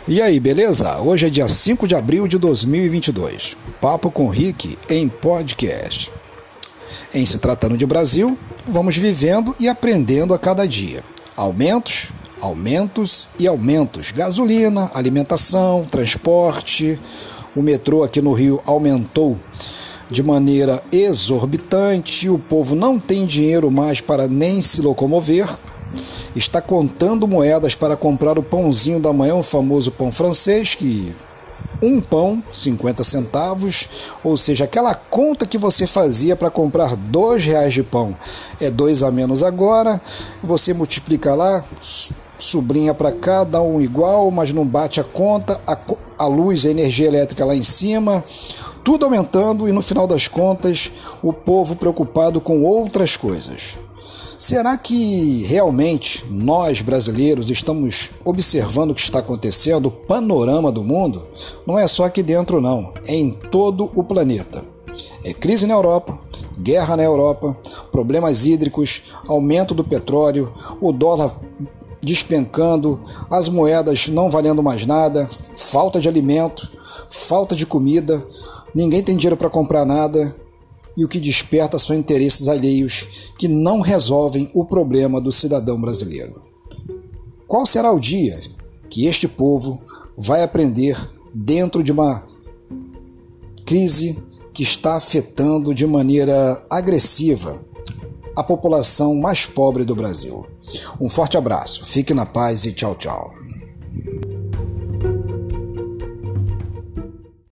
E aí, beleza? Hoje é dia 5 de abril de 2022. Papo com Rick em podcast. Em se tratando de Brasil, vamos vivendo e aprendendo a cada dia. Aumentos, aumentos e aumentos. Gasolina, alimentação, transporte. O metrô aqui no Rio aumentou de maneira exorbitante. O povo não tem dinheiro mais para nem se locomover. Está contando moedas para comprar o pãozinho da manhã, o famoso pão francês, que um pão, 50 centavos, ou seja, aquela conta que você fazia para comprar R$2 de pão, é 2 a menos agora, você multiplica lá, sobrinha para cada um igual, mas não bate a conta, a luz, a energia elétrica lá em cima, tudo aumentando e no final das contas o povo preocupado com outras coisas. Será que realmente nós brasileiros estamos observando o que está acontecendo, o panorama do mundo? Não é só aqui dentro não, é em todo o planeta. É crise na Europa, guerra na Europa, problemas hídricos, aumento do petróleo, o dólar despencando, as moedas não valendo mais nada, falta de alimento, falta de comida, ninguém tem dinheiro para comprar nada. E o que desperta são interesses alheios que não resolvem o problema do cidadão brasileiro. Qual será o dia que este povo vai aprender dentro de uma crise que está afetando de maneira agressiva a população mais pobre do Brasil? Um forte abraço, fique na paz e tchau, tchau.